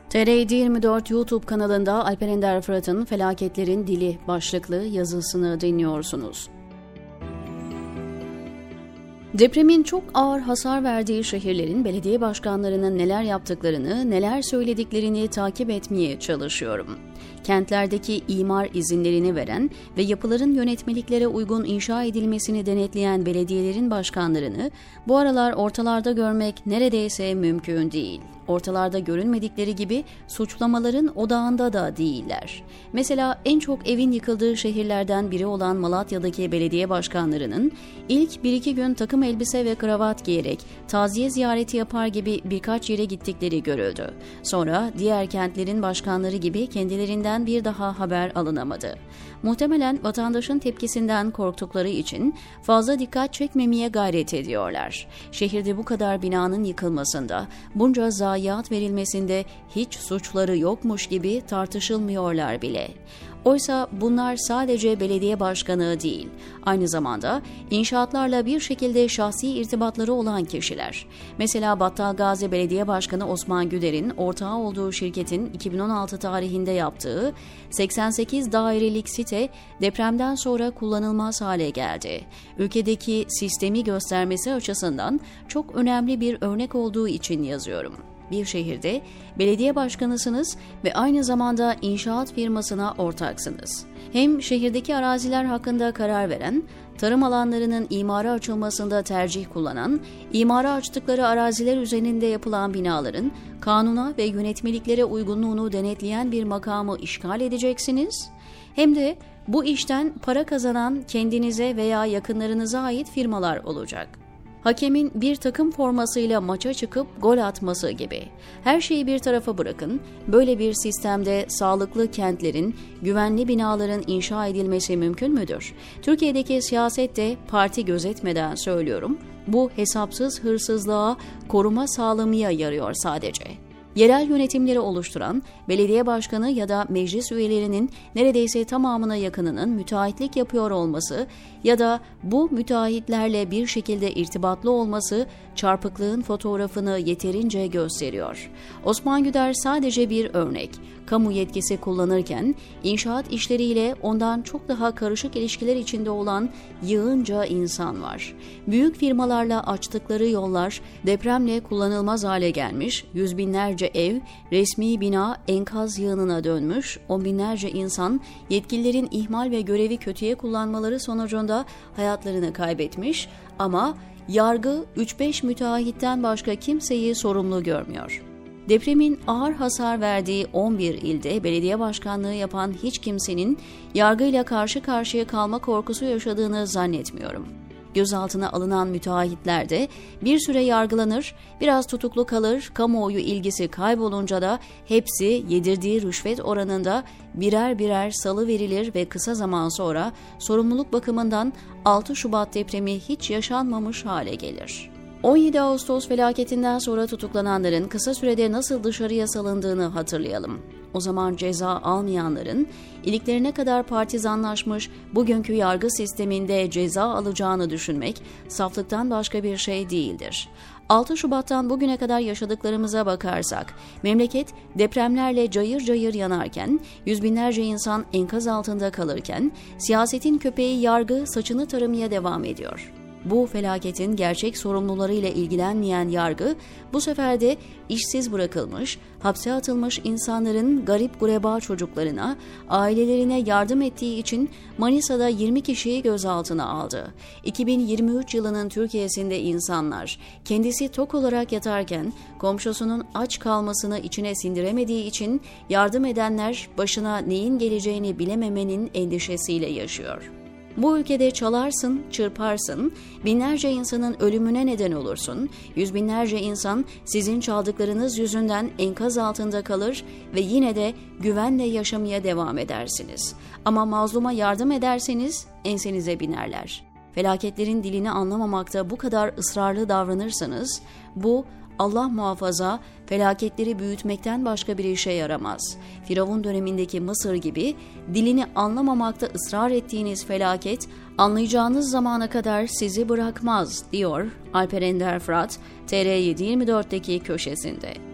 TR724 YouTube kanalında Alper Ender Fırat'ın Felaketlerin Dili başlıklı yazısını dinliyorsunuz. Depremin çok ağır hasar verdiği şehirlerin belediye başkanlarının neler yaptıklarını, neler söylediklerini takip etmeye çalışıyorum. Kentlerdeki imar izinlerini veren ve yapıların yönetmeliklere uygun inşa edilmesini denetleyen belediyelerin başkanlarını bu aralar ortalarda görmek neredeyse mümkün değil. Ortalarda görünmedikleri gibi suçlamaların odağında da değiller. Mesela en çok evin yıkıldığı şehirlerden biri olan Malatya'daki belediye başkanlarının ilk 1-2 gün takım elbise ve kravat giyerek taziye ziyareti yapar gibi birkaç yere gittikleri görüldü. Sonra diğer kentlerin başkanları gibi kendilerinden bir daha haber alınamadı. Muhtemelen vatandaşın tepkisinden korktukları için fazla dikkat çekmemeye gayret ediyorlar. Şehirde bu kadar binanın yıkılmasında, bunca zayiat verilmesinde hiç suçları yokmuş gibi tartışılmıyorlar bile. Oysa bunlar sadece belediye başkanı değil, aynı zamanda inşaatlarla bir şekilde şahsi irtibatları olan kişiler. Mesela Battalgazi Belediye Başkanı Osman Güder'in ortağı olduğu şirketin 2016 tarihinde yaptığı 88 dairelik site depremden sonra kullanılmaz hale geldi. Ülkedeki sistemi göstermesi açısından çok önemli bir örnek olduğu için yazıyorum. Bir şehirde belediye başkanısınız ve aynı zamanda inşaat firmasına ortaksınız. Hem şehirdeki araziler hakkında karar veren, tarım alanlarının imara açılmasında tercih kullanan, imara açtıkları araziler üzerinde yapılan binaların kanuna ve yönetmeliklere uygunluğunu denetleyen bir makamı işgal edeceksiniz. Hem de bu işten para kazanan kendinize veya yakınlarınıza ait firmalar olacak. Hakemin bir takım formasıyla maça çıkıp gol atması gibi. Her şeyi bir tarafa bırakın, böyle bir sistemde sağlıklı kentlerin, güvenli binaların inşa edilmesi mümkün müdür? Türkiye'deki siyasette parti gözetmeden söylüyorum, bu hesapsız hırsızlığa koruma sağlamaya yarıyor sadece. Yerel yönetimleri oluşturan belediye başkanı ya da meclis üyelerinin neredeyse tamamına yakınının müteahhitlik yapıyor olması ya da bu müteahhitlerle bir şekilde irtibatlı olması çarpıklığın fotoğrafını yeterince gösteriyor. Osman Güder sadece bir örnek. Kamu yetkisi kullanırken inşaat işleriyle ondan çok daha karışık ilişkiler içinde olan yığınca insan var. Büyük firmalarla açtıkları yollar depremle kullanılmaz hale gelmiş, yüz binlerce ev, resmi bina enkaz yığınına dönmüş, on binlerce insan yetkililerin ihmal ve görevi kötüye kullanmaları sonucunda hayatlarını kaybetmiş ama yargı 3-5 müteahhitten başka kimseyi sorumlu görmüyor. Depremin ağır hasar verdiği 11 ilde belediye başkanlığı yapan hiç kimsenin yargıyla karşı karşıya kalma korkusu yaşadığını zannetmiyorum. Gözaltına alınan müteahhitler de bir süre yargılanır, biraz tutuklu kalır, kamuoyu ilgisi kaybolunca da hepsi yedirdiği rüşvet oranında birer birer salıverilir ve kısa zaman sonra sorumluluk bakımından 6 Şubat depremi hiç yaşanmamış hale gelir. 17 Ağustos felaketinden sonra tutuklananların kısa sürede nasıl dışarıya salındığını hatırlayalım. O zaman ceza almayanların iliklerine kadar partizanlaşmış bugünkü yargı sisteminde ceza alacağını düşünmek saflıktan başka bir şey değildir. 6 Şubat'tan bugüne kadar yaşadıklarımıza bakarsak, memleket depremlerle cayır cayır yanarken, yüz binlerce insan enkaz altında kalırken, siyasetin köpeği yargı saçını taramaya devam ediyor. Bu felaketin gerçek sorumlularıyla ilgilenmeyen yargı, bu sefer de işsiz bırakılmış, hapse atılmış insanların garip gureba çocuklarına, ailelerine yardım ettiği için Manisa'da 20 kişiyi gözaltına aldı. 2023 yılının Türkiye'sinde insanlar, kendisi tok olarak yatarken komşusunun aç kalmasını içine sindiremediği için yardım edenler başına neyin geleceğini bilememenin endişesiyle yaşıyor. Bu ülkede çalarsın, çırparsın, binlerce insanın ölümüne neden olursun, yüz binlerce insan sizin çaldıklarınız yüzünden enkaz altında kalır ve yine de güvenle yaşamaya devam edersiniz. Ama mazluma yardım ederseniz ensenize binerler. Felaketlerin dilini anlamamakta bu kadar ısrarlı davranırsanız, bu Allah muhafaza felaketleri büyütmekten başka bir işe yaramaz. Firavun dönemindeki Mısır gibi dilini anlamamakta ısrar ettiğiniz felaket anlayacağınız zamana kadar sizi bırakmaz, diyor Alper Ender Fırat, TR724'deki köşesinde.